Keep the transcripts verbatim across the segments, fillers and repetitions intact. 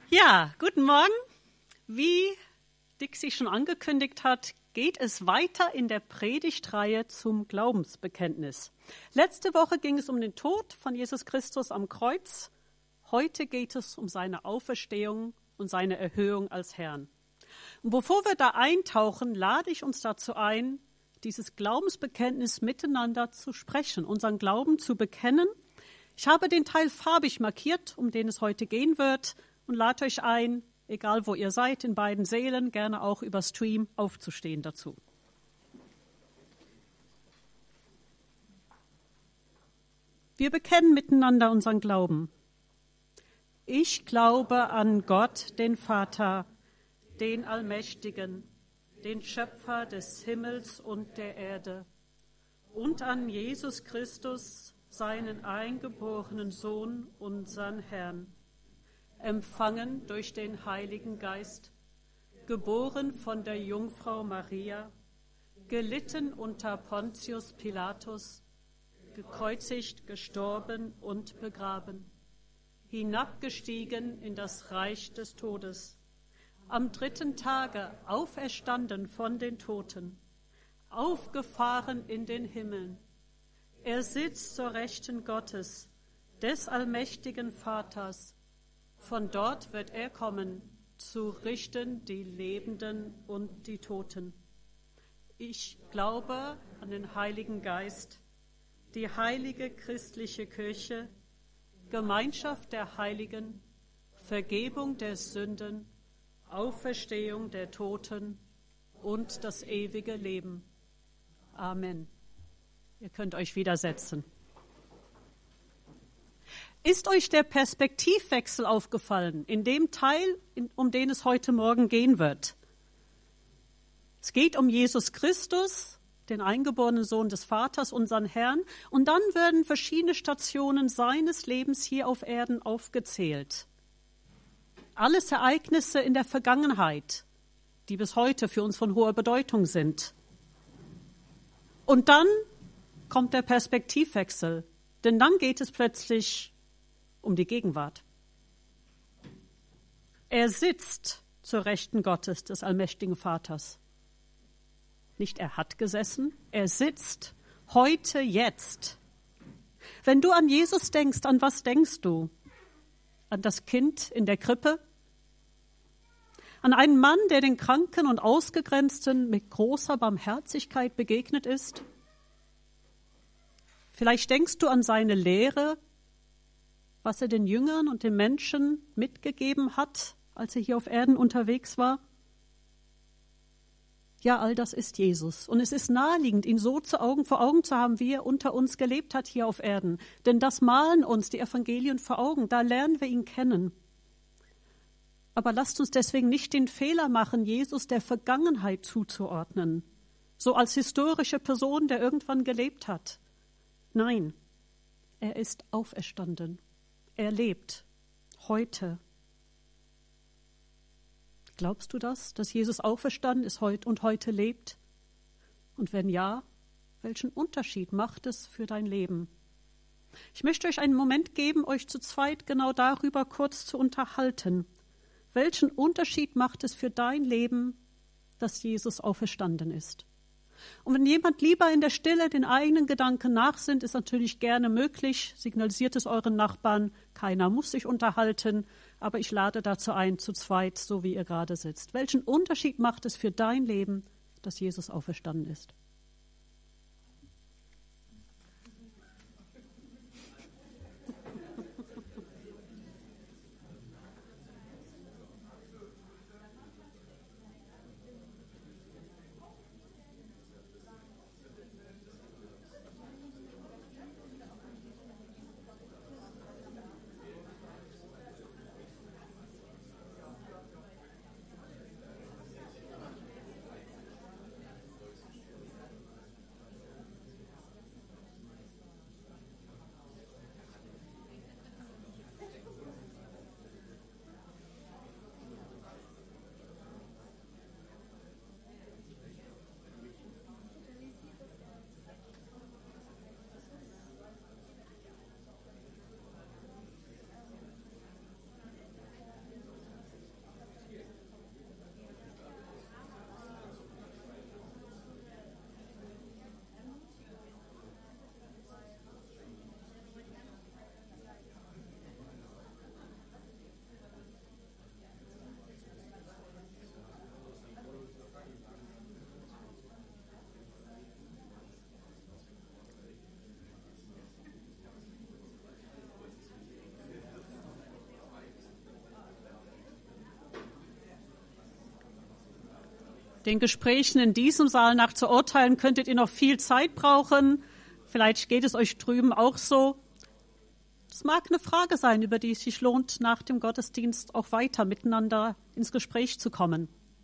Ja, guten Morgen. Wie Dixie schon angekündigt hat, geht es weiter in der Predigtreihe zum Glaubensbekenntnis. Letzte Woche ging es um den Tod von Jesus Christus am Kreuz. Heute geht es um seine Auferstehung und seine Erhöhung als Herrn. Und bevor wir da eintauchen, lade ich uns dazu ein, dieses Glaubensbekenntnis miteinander zu sprechen, unseren Glauben zu bekennen. Ich habe den Teil farbig markiert, um den es heute gehen wird, und lade euch ein, egal wo ihr seid, in beiden Sälen, gerne auch über Stream aufzustehen dazu. Wir bekennen miteinander unseren Glauben. Ich glaube an Gott, den Vater, den Allmächtigen, den Schöpfer des Himmels und der Erde, und an Jesus Christus, seinen eingeborenen Sohn, unseren Herrn, empfangen durch den Heiligen Geist, geboren von der Jungfrau Maria, gelitten unter Pontius Pilatus, gekreuzigt, gestorben und begraben, hinabgestiegen in das Reich des Todes, am dritten Tage auferstanden von den Toten, aufgefahren in den Himmeln. Er sitzt zur Rechten Gottes, des allmächtigen Vaters. Von dort wird er kommen, zu richten die Lebenden und die Toten. Ich glaube an den Heiligen Geist, die heilige christliche Kirche, Gemeinschaft der Heiligen, Vergebung der Sünden, Auferstehung der Toten und das ewige Leben. Amen. Ihr könnt euch wieder setzen. Ist euch der Perspektivwechsel aufgefallen in dem Teil, um den es heute Morgen gehen wird? Es geht um Jesus Christus, den eingeborenen Sohn des Vaters, unseren Herrn, und dann werden verschiedene Stationen seines Lebens hier auf Erden aufgezählt. Alles Ereignisse in der Vergangenheit, die bis heute für uns von hoher Bedeutung sind. Und dann kommt der Perspektivwechsel, denn dann geht es plötzlich um die Gegenwart. Er sitzt zur Rechten Gottes, des allmächtigen Vaters. Nicht er hat gesessen, er sitzt heute, jetzt. Wenn du an Jesus denkst, an was denkst du? An das Kind in der Krippe? An einen Mann, der den Kranken und Ausgegrenzten mit großer Barmherzigkeit begegnet ist? Vielleicht denkst du an seine Lehre, was er den Jüngern und den Menschen mitgegeben hat, als er hier auf Erden unterwegs war. Ja, all das ist Jesus. Und es ist naheliegend, ihn so zu Augen, vor Augen zu haben, wie er unter uns gelebt hat hier auf Erden. Denn das malen uns die Evangelien vor Augen, da lernen wir ihn kennen. Aber lasst uns deswegen nicht den Fehler machen, Jesus der Vergangenheit zuzuordnen, so als historische Person, der irgendwann gelebt hat. Nein, er ist auferstanden. Er lebt heute. Glaubst du das, dass Jesus auferstanden ist heute und heute lebt? Und wenn ja, welchen Unterschied macht es für dein Leben? Ich möchte euch einen Moment geben, euch zu zweit genau darüber kurz zu unterhalten. Welchen Unterschied macht es für dein Leben, dass Jesus auferstanden ist? Und wenn jemand lieber in der Stille den eigenen Gedanken nachsinnt, ist natürlich gerne möglich. Signalisiert es euren Nachbarn, keiner muss sich unterhalten, aber ich lade dazu ein, zu zweit, so wie ihr gerade sitzt. Welchen Unterschied macht es für dein Leben, dass Jesus auferstanden ist? Den Gesprächen in diesem Saal nach zu urteilen, könntet ihr noch viel Zeit brauchen. Vielleicht geht es euch drüben auch so. Es mag eine Frage sein, über die es sich lohnt, nach dem Gottesdienst auch weiter miteinander ins Gespräch zu kommen.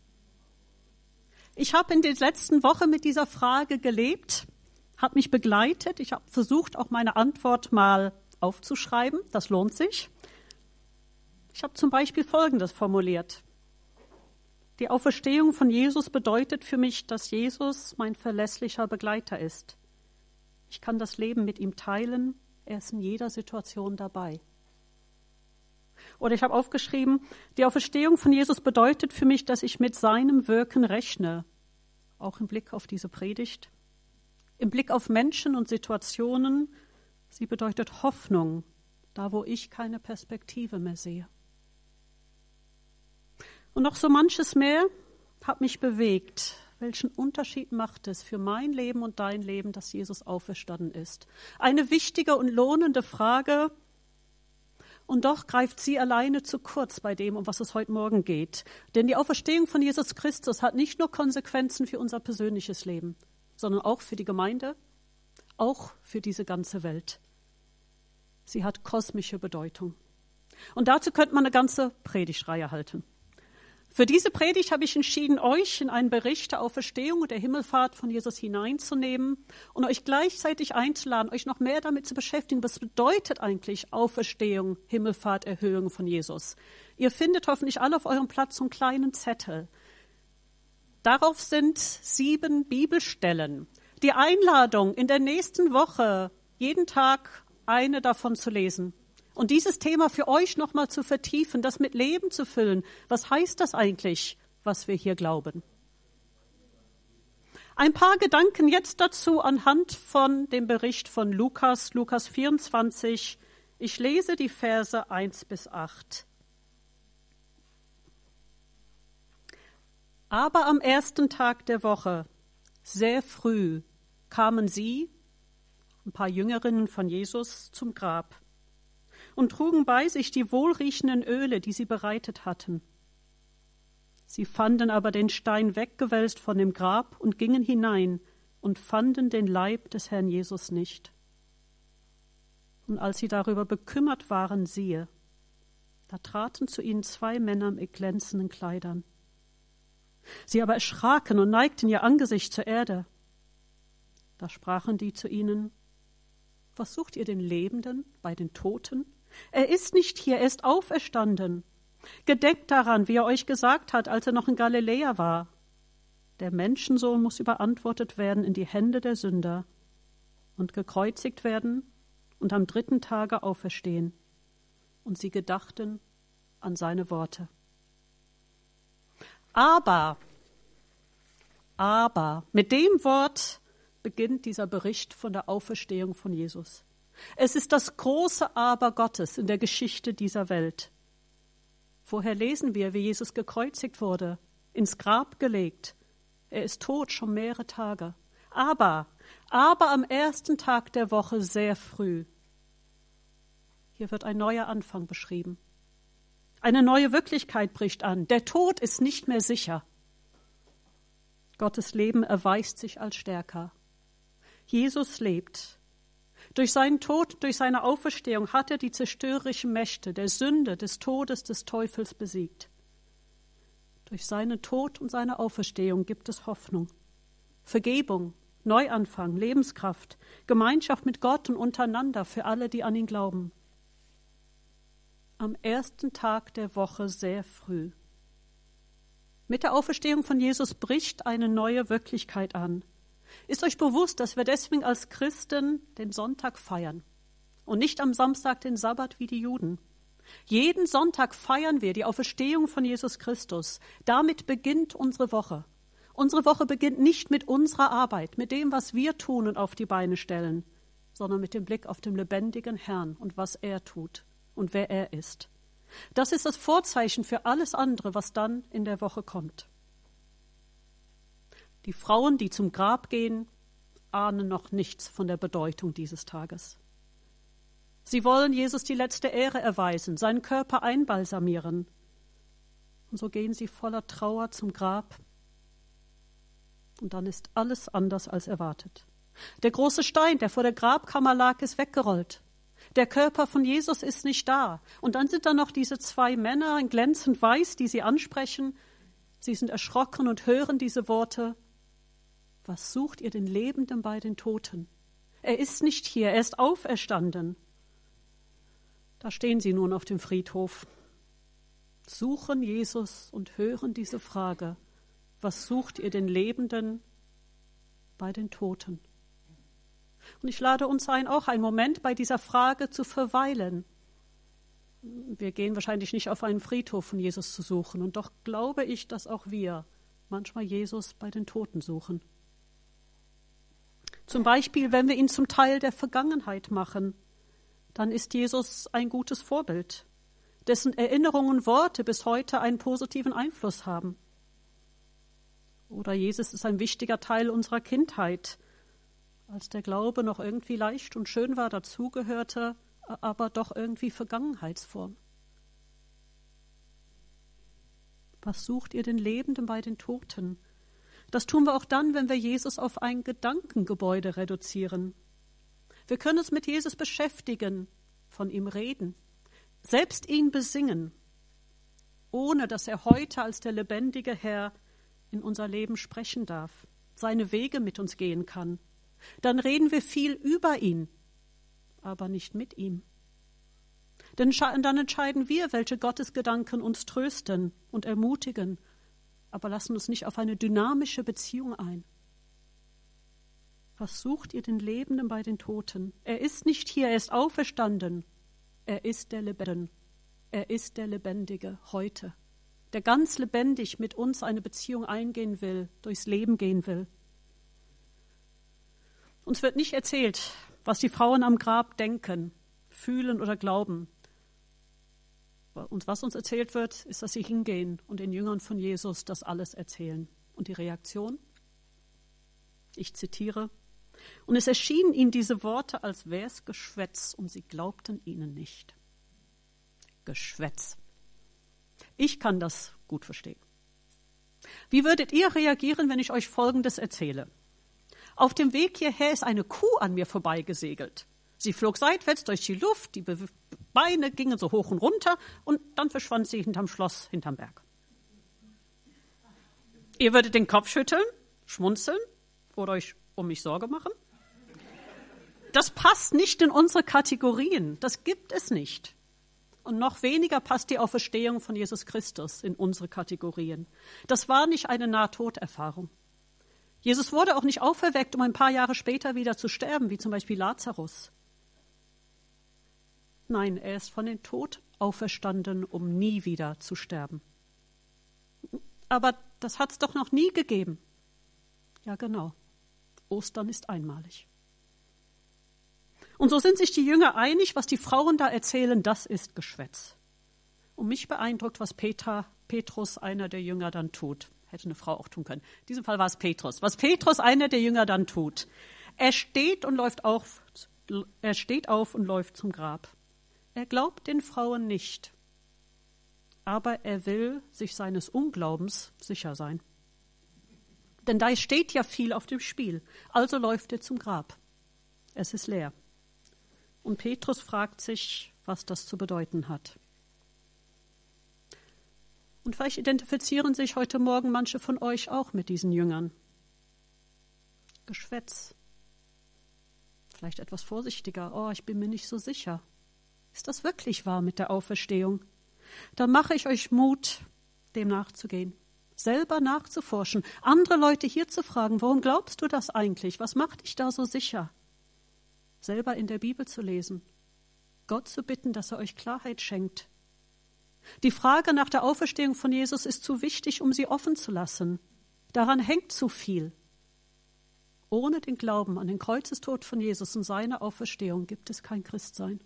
Ich habe in der letzten Woche mit dieser Frage gelebt, habe mich begleitet. Ich habe versucht, auch meine Antwort mal aufzuschreiben. Das lohnt sich. Ich habe zum Beispiel Folgendes formuliert. Die Auferstehung von Jesus bedeutet für mich, dass Jesus mein verlässlicher Begleiter ist. Ich kann das Leben mit ihm teilen. Er ist in jeder Situation dabei. Oder ich habe aufgeschrieben, die Auferstehung von Jesus bedeutet für mich, dass ich mit seinem Wirken rechne. Auch im Blick auf diese Predigt. Im Blick auf Menschen und Situationen. Sie bedeutet Hoffnung, da wo ich keine Perspektive mehr sehe. Und noch so manches mehr hat mich bewegt. Welchen Unterschied macht es für mein Leben und dein Leben, dass Jesus auferstanden ist? Eine wichtige und lohnende Frage. Und doch greift sie alleine zu kurz bei dem, um was es heute Morgen geht. Denn die Auferstehung von Jesus Christus hat nicht nur Konsequenzen für unser persönliches Leben, sondern auch für die Gemeinde, auch für diese ganze Welt. Sie hat kosmische Bedeutung. Und dazu könnte man eine ganze Predigtreihe halten. Für diese Predigt habe ich entschieden, euch in einen Bericht der Auferstehung und der Himmelfahrt von Jesus hineinzunehmen und euch gleichzeitig einzuladen, euch noch mehr damit zu beschäftigen, was bedeutet eigentlich Auferstehung, Himmelfahrt, Erhöhung von Jesus. Ihr findet hoffentlich alle auf eurem Platz so einen kleinen Zettel. Darauf sind sieben Bibelstellen. Die Einladung, in der nächsten Woche jeden Tag eine davon zu lesen. Und dieses Thema für euch nochmal zu vertiefen, das mit Leben zu füllen. Was heißt das eigentlich, was wir hier glauben? Ein paar Gedanken jetzt dazu anhand von dem Bericht von Lukas, Lukas vierundzwanzig. Ich lese die Verse eins bis acht. Aber am ersten Tag der Woche, sehr früh, kamen sie, ein paar Jüngerinnen von Jesus, zum Grab und trugen bei sich die wohlriechenden Öle, die sie bereitet hatten. Sie fanden aber den Stein weggewälzt von dem Grab und gingen hinein und fanden den Leib des Herrn Jesus nicht. Und als sie darüber bekümmert waren, siehe, da traten zu ihnen zwei Männer mit glänzenden Kleidern. Sie aber erschraken und neigten ihr Angesicht zur Erde. Da sprachen die zu ihnen: Was sucht ihr den Lebenden bei den Toten? Er ist nicht hier, er ist auferstanden. Gedenkt daran, wie er euch gesagt hat, als er noch in Galiläa war. Der Menschensohn muss überantwortet werden in die Hände der Sünder und gekreuzigt werden und am dritten Tage auferstehen. Und sie gedachten an seine Worte. Aber, aber, mit dem Wort beginnt dieser Bericht von der Auferstehung von Jesus. Es ist das große Aber Gottes in der Geschichte dieser Welt. Vorher lesen wir, wie Jesus gekreuzigt wurde, ins Grab gelegt. Er ist tot schon mehrere Tage. Aber, aber am ersten Tag der Woche sehr früh. Hier wird ein neuer Anfang beschrieben. Eine neue Wirklichkeit bricht an. Der Tod ist nicht mehr sicher. Gottes Leben erweist sich als stärker. Jesus lebt. Durch seinen Tod, durch seine Auferstehung hat er die zerstörerischen Mächte der Sünde, des Todes, des Teufels besiegt. Durch seinen Tod und seine Auferstehung gibt es Hoffnung, Vergebung, Neuanfang, Lebenskraft, Gemeinschaft mit Gott und untereinander für alle, die an ihn glauben. Am ersten Tag der Woche sehr früh. Mit der Auferstehung von Jesus bricht eine neue Wirklichkeit an. Ist euch bewusst, dass wir deswegen als Christen den Sonntag feiern und nicht am Samstag den Sabbat wie die Juden? Jeden Sonntag feiern wir die Auferstehung von Jesus Christus. Damit beginnt unsere Woche. Unsere Woche beginnt nicht mit unserer Arbeit, mit dem, was wir tun und auf die Beine stellen, sondern mit dem Blick auf den lebendigen Herrn und was er tut und wer er ist. Das ist das Vorzeichen für alles andere, was dann in der Woche kommt. Die Frauen, die zum Grab gehen, ahnen noch nichts von der Bedeutung dieses Tages. Sie wollen Jesus die letzte Ehre erweisen, seinen Körper einbalsamieren. Und so gehen sie voller Trauer zum Grab Und dann ist alles anders als erwartet. Der große Stein, der vor der Grabkammer lag, ist weggerollt. Der Körper von Jesus ist nicht da. Und dann sind da noch diese zwei Männer in glänzend weiß, die sie ansprechen. Sie sind erschrocken und hören diese Worte. Was sucht ihr den Lebenden bei den Toten? Er ist nicht hier, er ist auferstanden. Da stehen sie nun auf dem Friedhof, suchen Jesus und hören diese Frage. Was sucht ihr den Lebenden bei den Toten? Und ich lade uns ein, auch einen Moment bei dieser Frage zu verweilen. Wir gehen wahrscheinlich nicht auf einen Friedhof von Jesus zu suchen. Und doch glaube ich, dass auch wir manchmal Jesus bei den Toten suchen. Zum Beispiel, wenn wir ihn zum Teil der Vergangenheit machen, dann ist Jesus ein gutes Vorbild, dessen Erinnerungen und Worte bis heute einen positiven Einfluss haben. Oder Jesus ist ein wichtiger Teil unserer Kindheit, als der Glaube noch irgendwie leicht und schön war, dazugehörte, aber doch irgendwie Vergangenheitsform. Was sucht ihr den Lebenden bei den Toten? Das tun wir auch dann, wenn wir Jesus auf ein Gedankengebäude reduzieren. Wir können uns mit Jesus beschäftigen, von ihm reden, selbst ihn besingen, ohne dass er heute als der lebendige Herr in unser Leben sprechen darf, seine Wege mit uns gehen kann. Dann reden wir viel über ihn, aber nicht mit ihm. Denn dann entscheiden wir, welche Gottesgedanken uns trösten und ermutigen, aber lassen uns nicht auf eine dynamische Beziehung ein. Was sucht ihr den Lebenden bei den Toten? Er ist nicht hier, er ist auferstanden. Er ist der Lebendige. Er ist der Lebendige heute, der ganz lebendig mit uns eine Beziehung eingehen will, durchs Leben gehen will. Uns wird nicht erzählt, was die Frauen am Grab denken, fühlen oder glauben. Und was uns erzählt wird, ist, dass sie hingehen und den Jüngern von Jesus das alles erzählen. Und die Reaktion? Ich zitiere: Und es erschienen ihnen diese Worte, als wäre es Geschwätz, und sie glaubten ihnen nicht. Geschwätz. Ich kann das gut verstehen. Wie würdet ihr reagieren, wenn ich euch Folgendes erzähle? Auf dem Weg hierher ist eine Kuh an mir vorbeigesegelt. Sie flog seitwärts durch die Luft, die Beine gingen so hoch und runter und dann verschwand sie hinterm Schloss, hinterm Berg. Ihr würdet den Kopf schütteln, schmunzeln oder euch um mich Sorge machen? Das passt nicht in unsere Kategorien, das gibt es nicht. Und noch weniger passt die Auferstehung von Jesus Christus in unsere Kategorien. Das war nicht eine Nahtoderfahrung. Jesus wurde auch nicht auferweckt, um ein paar Jahre später wieder zu sterben, wie zum Beispiel Lazarus. Nein, er ist von den Toten auferstanden, um nie wieder zu sterben. Aber das hat es doch noch nie gegeben. Ja, genau. Ostern ist einmalig. Und so sind sich die Jünger einig, was die Frauen da erzählen, das ist Geschwätz. Und mich beeindruckt, was Peter, Petrus, einer der Jünger, dann tut. Hätte eine Frau auch tun können. In diesem Fall war es Petrus. Was Petrus, einer der Jünger, dann tut. Er steht und läuft auf, er steht auf und läuft zum Grab. Er glaubt den Frauen nicht, aber er will sich seines Unglaubens sicher sein. Denn da steht ja viel auf dem Spiel. Also läuft er zum Grab. Es ist leer. Und Petrus fragt sich, was das zu bedeuten hat. Und vielleicht identifizieren sich heute Morgen manche von euch auch mit diesen Jüngern. Geschwätz. Vielleicht etwas vorsichtiger. Oh, ich bin mir nicht so sicher. Ist das wirklich wahr mit der Auferstehung? Dann mache ich euch Mut, dem nachzugehen, selber nachzuforschen, andere Leute hier zu fragen, warum glaubst du das eigentlich? Was macht dich da so sicher? Selber in der Bibel zu lesen, Gott zu bitten, dass er euch Klarheit schenkt. Die Frage nach der Auferstehung von Jesus ist zu wichtig, um sie offen zu lassen. Daran hängt zu viel. Ohne den Glauben an den Kreuzestod von Jesus und seine Auferstehung gibt es kein Christsein.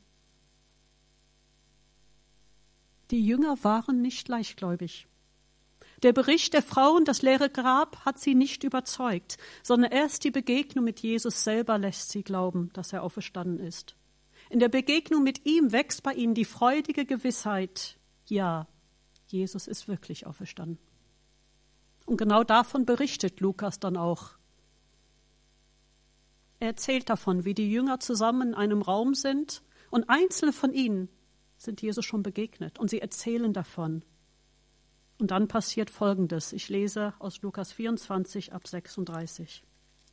Die Jünger waren nicht leichtgläubig. Der Bericht der Frauen, das leere Grab, hat sie nicht überzeugt, sondern erst die Begegnung mit Jesus selber lässt sie glauben, dass er auferstanden ist. In der Begegnung mit ihm wächst bei ihnen die freudige Gewissheit, ja, Jesus ist wirklich auferstanden. Und genau davon berichtet Lukas dann auch. Er erzählt davon, wie die Jünger zusammen in einem Raum sind und einzelne von ihnen sind Jesus schon begegnet und sie erzählen davon. Und dann passiert Folgendes. Ich lese aus Lukas vierundzwanzig ab sechsunddreißig.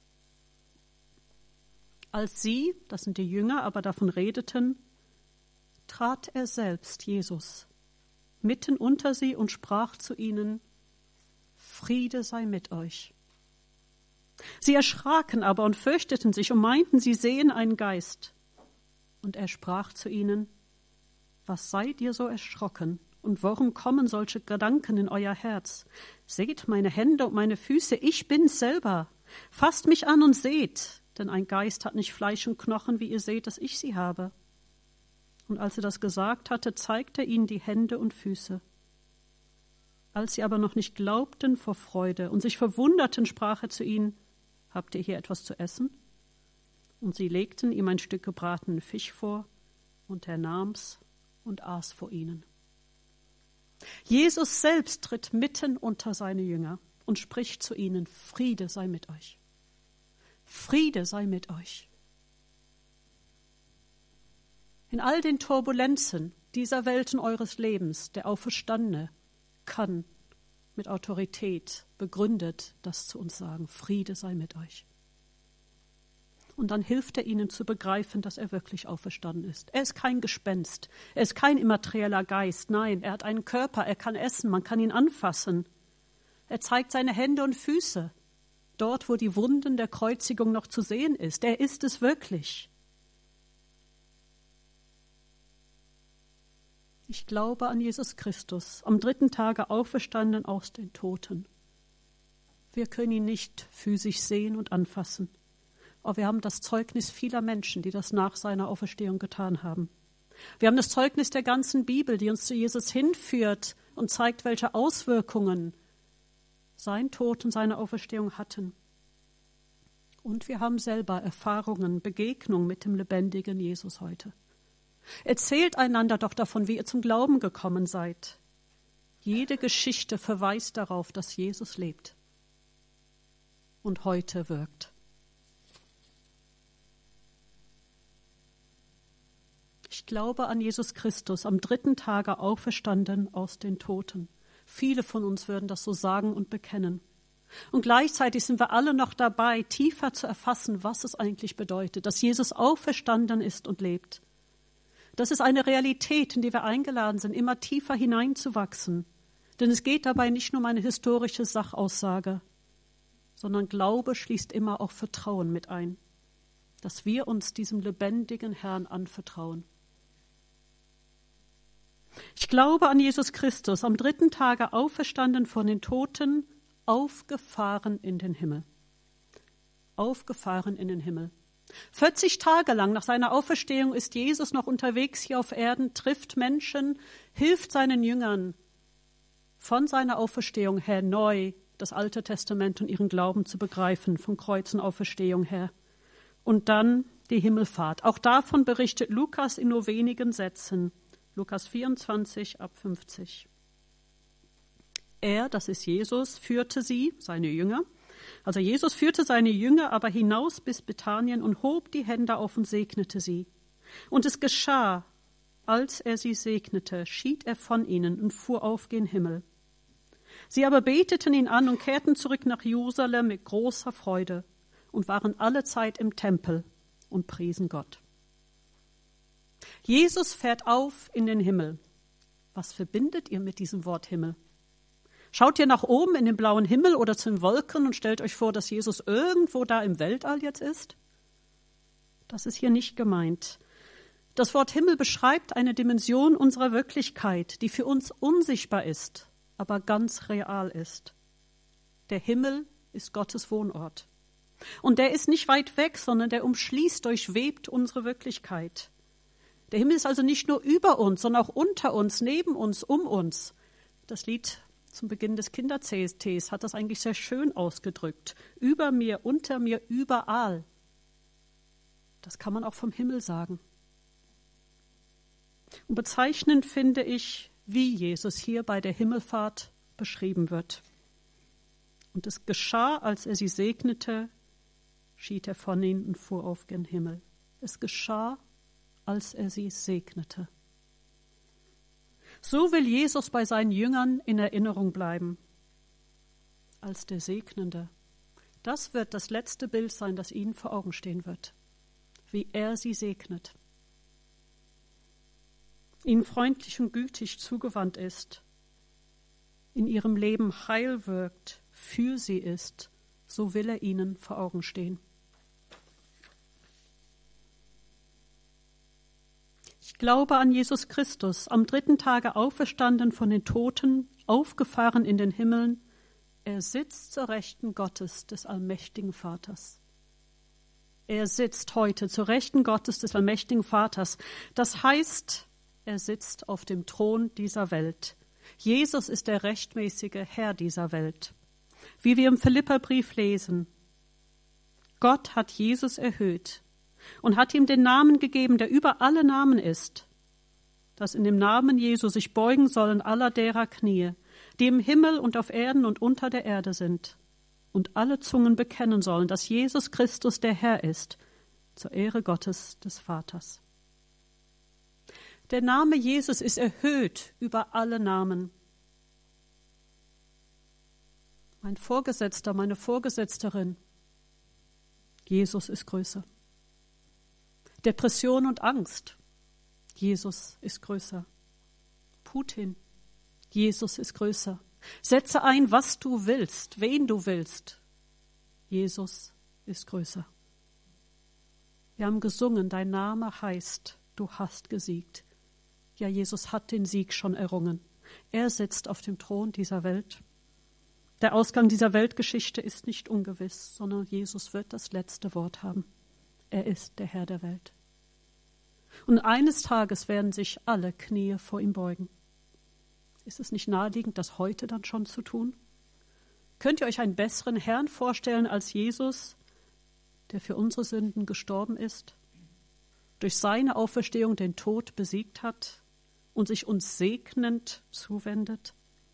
Als sie, das sind die Jünger, aber davon redeten, trat er selbst, Jesus, mitten unter sie und sprach zu ihnen, Friede sei mit euch. Sie erschraken aber und fürchteten sich und meinten, sie sehen einen Geist. Und er sprach zu ihnen, was seid ihr so erschrocken? Und warum kommen solche Gedanken in euer Herz? Seht meine Hände und meine Füße, ich bin's selber. Fasst mich an und seht, denn ein Geist hat nicht Fleisch und Knochen, wie ihr seht, dass ich sie habe. Und als er das gesagt hatte, zeigte er ihnen die Hände und Füße. Als sie aber noch nicht glaubten vor Freude und sich verwunderten, sprach er zu ihnen, habt ihr hier etwas zu essen? Und sie legten ihm ein Stück gebratenen Fisch vor, und er nahm's und aß vor ihnen. Jesus selbst tritt mitten unter seine Jünger und spricht zu ihnen, Friede sei mit euch. Friede sei mit euch. In all den Turbulenzen dieser Welten eures Lebens, der Auferstandene kann mit Autorität begründet das zu uns sagen, Friede sei mit euch. Und dann hilft er ihnen zu begreifen, dass er wirklich auferstanden ist. Er ist kein Gespenst, er ist kein immaterieller Geist, nein, er hat einen Körper, er kann essen, man kann ihn anfassen. Er zeigt seine Hände und Füße, dort, wo die Wunden der Kreuzigung noch zu sehen ist. Er ist es wirklich. Ich glaube an Jesus Christus, am dritten Tage auferstanden aus den Toten. Wir können ihn nicht physisch sehen und anfassen, aber wir haben das Zeugnis vieler Menschen, die das nach seiner Auferstehung getan haben. Wir haben das Zeugnis der ganzen Bibel, die uns zu Jesus hinführt und zeigt, welche Auswirkungen sein Tod und seine Auferstehung hatten. Und wir haben selber Erfahrungen, Begegnungen mit dem lebendigen Jesus heute. Erzählt einander doch davon, wie ihr zum Glauben gekommen seid. Jede Geschichte verweist darauf, dass Jesus lebt und heute wirkt. Ich glaube an Jesus Christus, am dritten Tage auferstanden aus den Toten. Viele von uns würden das so sagen und bekennen. Und gleichzeitig sind wir alle noch dabei, tiefer zu erfassen, was es eigentlich bedeutet, dass Jesus auferstanden ist und lebt. Das ist eine Realität, in die wir eingeladen sind, immer tiefer hineinzuwachsen. Denn es geht dabei nicht nur um eine historische Sachaussage, sondern Glaube schließt immer auch Vertrauen mit ein, dass wir uns diesem lebendigen Herrn anvertrauen. Ich glaube an Jesus Christus, am dritten Tage auferstanden von den Toten, aufgefahren in den Himmel. Aufgefahren in den Himmel. vierzig Tage lang nach seiner Auferstehung ist Jesus noch unterwegs hier auf Erden, trifft Menschen, hilft seinen Jüngern, von seiner Auferstehung her neu das Alte Testament und ihren Glauben zu begreifen, von Kreuz und Auferstehung her. Und dann die Himmelfahrt. Auch davon berichtet Lukas in nur wenigen Sätzen. Lukas vierundzwanzig ab fünfzig. Er, das ist Jesus, führte sie, seine Jünger, Also Jesus führte seine Jünger aber hinaus bis Bethanien und hob die Hände auf und segnete sie. Und es geschah, als er sie segnete, schied er von ihnen und fuhr auf gen Himmel. Sie aber beteten ihn an und kehrten zurück nach Jerusalem mit großer Freude und waren allezeit im Tempel und priesen Gott. Jesus fährt auf in den Himmel. Was verbindet ihr mit diesem Wort Himmel? Schaut ihr nach oben in den blauen Himmel oder zu den Wolken und stellt euch vor, dass Jesus irgendwo da im Weltall jetzt ist? Das ist hier nicht gemeint. Das Wort Himmel beschreibt eine Dimension unserer Wirklichkeit, die für uns unsichtbar ist, aber ganz real ist. Der Himmel ist Gottes Wohnort. Und der ist nicht weit weg, sondern der umschließt, durchwebt unsere Wirklichkeit. Der Himmel ist also nicht nur über uns, sondern auch unter uns, neben uns, um uns. Das Lied zum Beginn des Kinder-C S Ts hat das eigentlich sehr schön ausgedrückt. Über mir, unter mir, überall. Das kann man auch vom Himmel sagen. Und bezeichnend finde ich, wie Jesus hier bei der Himmelfahrt beschrieben wird. Und es geschah, als er sie segnete, schied er von ihnen und fuhr auf gen Himmel. Es geschah, als er sie segnete. So will Jesus bei seinen Jüngern in Erinnerung bleiben, als der Segnende. Das wird das letzte Bild sein, das ihnen vor Augen stehen wird, wie er sie segnet, ihnen freundlich und gütig zugewandt ist, in ihrem Leben Heil wirkt, für sie ist, so will er ihnen vor Augen stehen. Ich glaube an Jesus Christus, am dritten Tage auferstanden von den Toten, aufgefahren in den Himmeln. Er sitzt zur Rechten Gottes, des allmächtigen Vaters. Er sitzt heute zur Rechten Gottes, des allmächtigen Vaters. Das heißt, er sitzt auf dem Thron dieser Welt. Jesus ist der rechtmäßige Herr dieser Welt. Wie wir im Philipperbrief lesen, Gott hat Jesus erhöht und hat ihm den Namen gegeben, der über alle Namen ist, dass in dem Namen Jesu sich beugen sollen aller derer Knie, die im Himmel und auf Erden und unter der Erde sind, und alle Zungen bekennen sollen, dass Jesus Christus der Herr ist, zur Ehre Gottes des Vaters. Der Name Jesus ist erhöht über alle Namen. Mein Vorgesetzter, meine Vorgesetzterin, Jesus ist größer. Depression und Angst, Jesus ist größer. Putin, Jesus ist größer. Setze ein, was du willst, wen du willst. Jesus ist größer. Wir haben gesungen, dein Name heißt, du hast gesiegt. Ja, Jesus hat den Sieg schon errungen. Er sitzt auf dem Thron dieser Welt. Der Ausgang dieser Weltgeschichte ist nicht ungewiss, sondern Jesus wird das letzte Wort haben. Er ist der Herr der Welt. Und eines Tages werden sich alle Knie vor ihm beugen. Ist es nicht naheliegend, das heute dann schon zu tun? Könnt ihr euch einen besseren Herrn vorstellen als Jesus, der für unsere Sünden gestorben ist, durch seine Auferstehung den Tod besiegt hat und sich uns segnend zuwendet?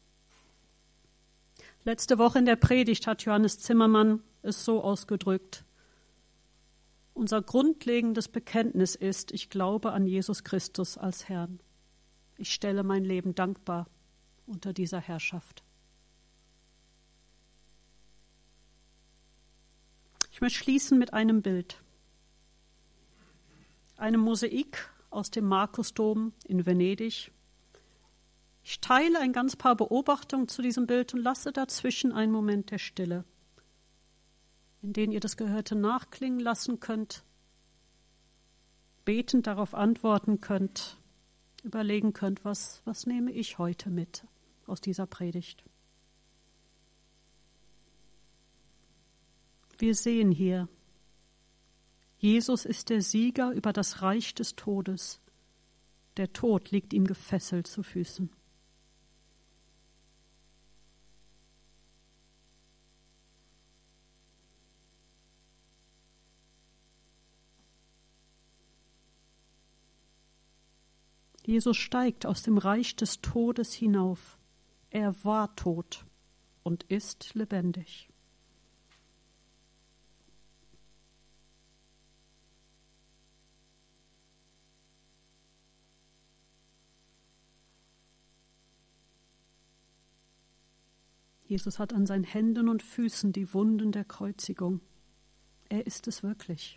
Letzte Woche in der Predigt hat Johannes Zimmermann es so ausgedrückt: Unser grundlegendes Bekenntnis ist, ich glaube an Jesus Christus als Herrn. Ich stelle mein Leben dankbar unter dieser Herrschaft. Ich möchte schließen mit einem Bild. Einem Mosaik aus dem Markusdom in Venedig. Ich teile ein ganz paar Beobachtungen zu diesem Bild und lasse dazwischen einen Moment der Stille, in denen ihr das Gehörte nachklingen lassen könnt, betend darauf antworten könnt, überlegen könnt, was, was nehme ich heute mit aus dieser Predigt. Wir sehen hier, Jesus ist der Sieger über das Reich des Todes. Der Tod liegt ihm gefesselt zu Füßen. Jesus steigt aus dem Reich des Todes hinauf. Er war tot und ist lebendig. Jesus hat an seinen Händen und Füßen die Wunden der Kreuzigung. Er ist es wirklich.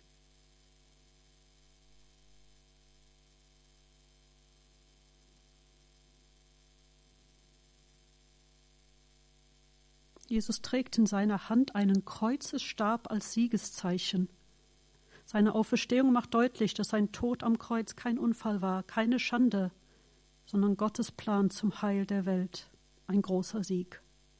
Jesus trägt in seiner Hand einen Kreuzesstab als Siegeszeichen. Seine Auferstehung macht deutlich, dass sein Tod am Kreuz kein Unfall war, keine Schande, sondern Gottes Plan zum Heil der Welt, ein großer Sieg.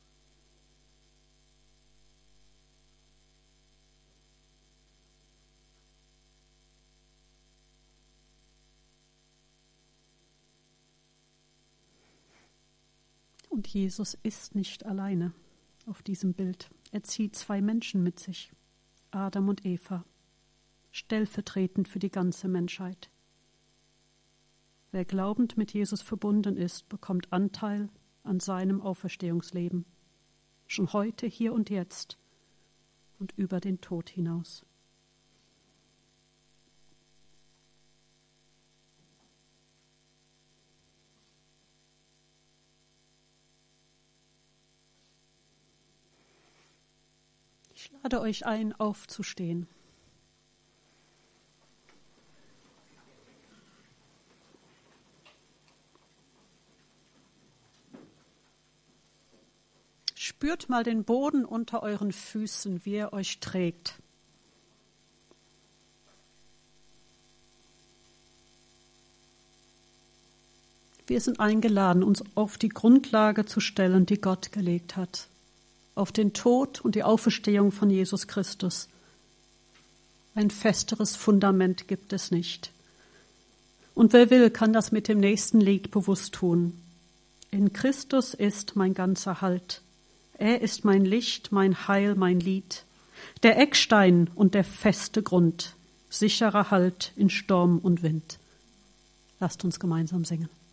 Und Jesus ist nicht alleine auf diesem Bild. Er zieht zwei Menschen mit sich, Adam und Eva, stellvertretend für die ganze Menschheit. Wer glaubend mit Jesus verbunden ist, bekommt Anteil an seinem Auferstehungsleben. schon heute, hier und jetzt und über den Tod hinaus. Ich lade euch ein, aufzustehen. Spürt mal den Boden unter euren Füßen, wie er euch trägt. Wir sind eingeladen, uns auf die Grundlage zu stellen, die Gott gelegt hat. Auf den Tod und die Auferstehung von Jesus Christus. Ein festeres Fundament gibt es nicht. Und wer will, kann das mit dem nächsten Lied bewusst tun. In Christus ist mein ganzer Halt. Er ist mein Licht, mein Heil, mein Lied. Der Eckstein und der feste Grund. Sicherer Halt in Sturm und Wind. Lasst uns gemeinsam singen.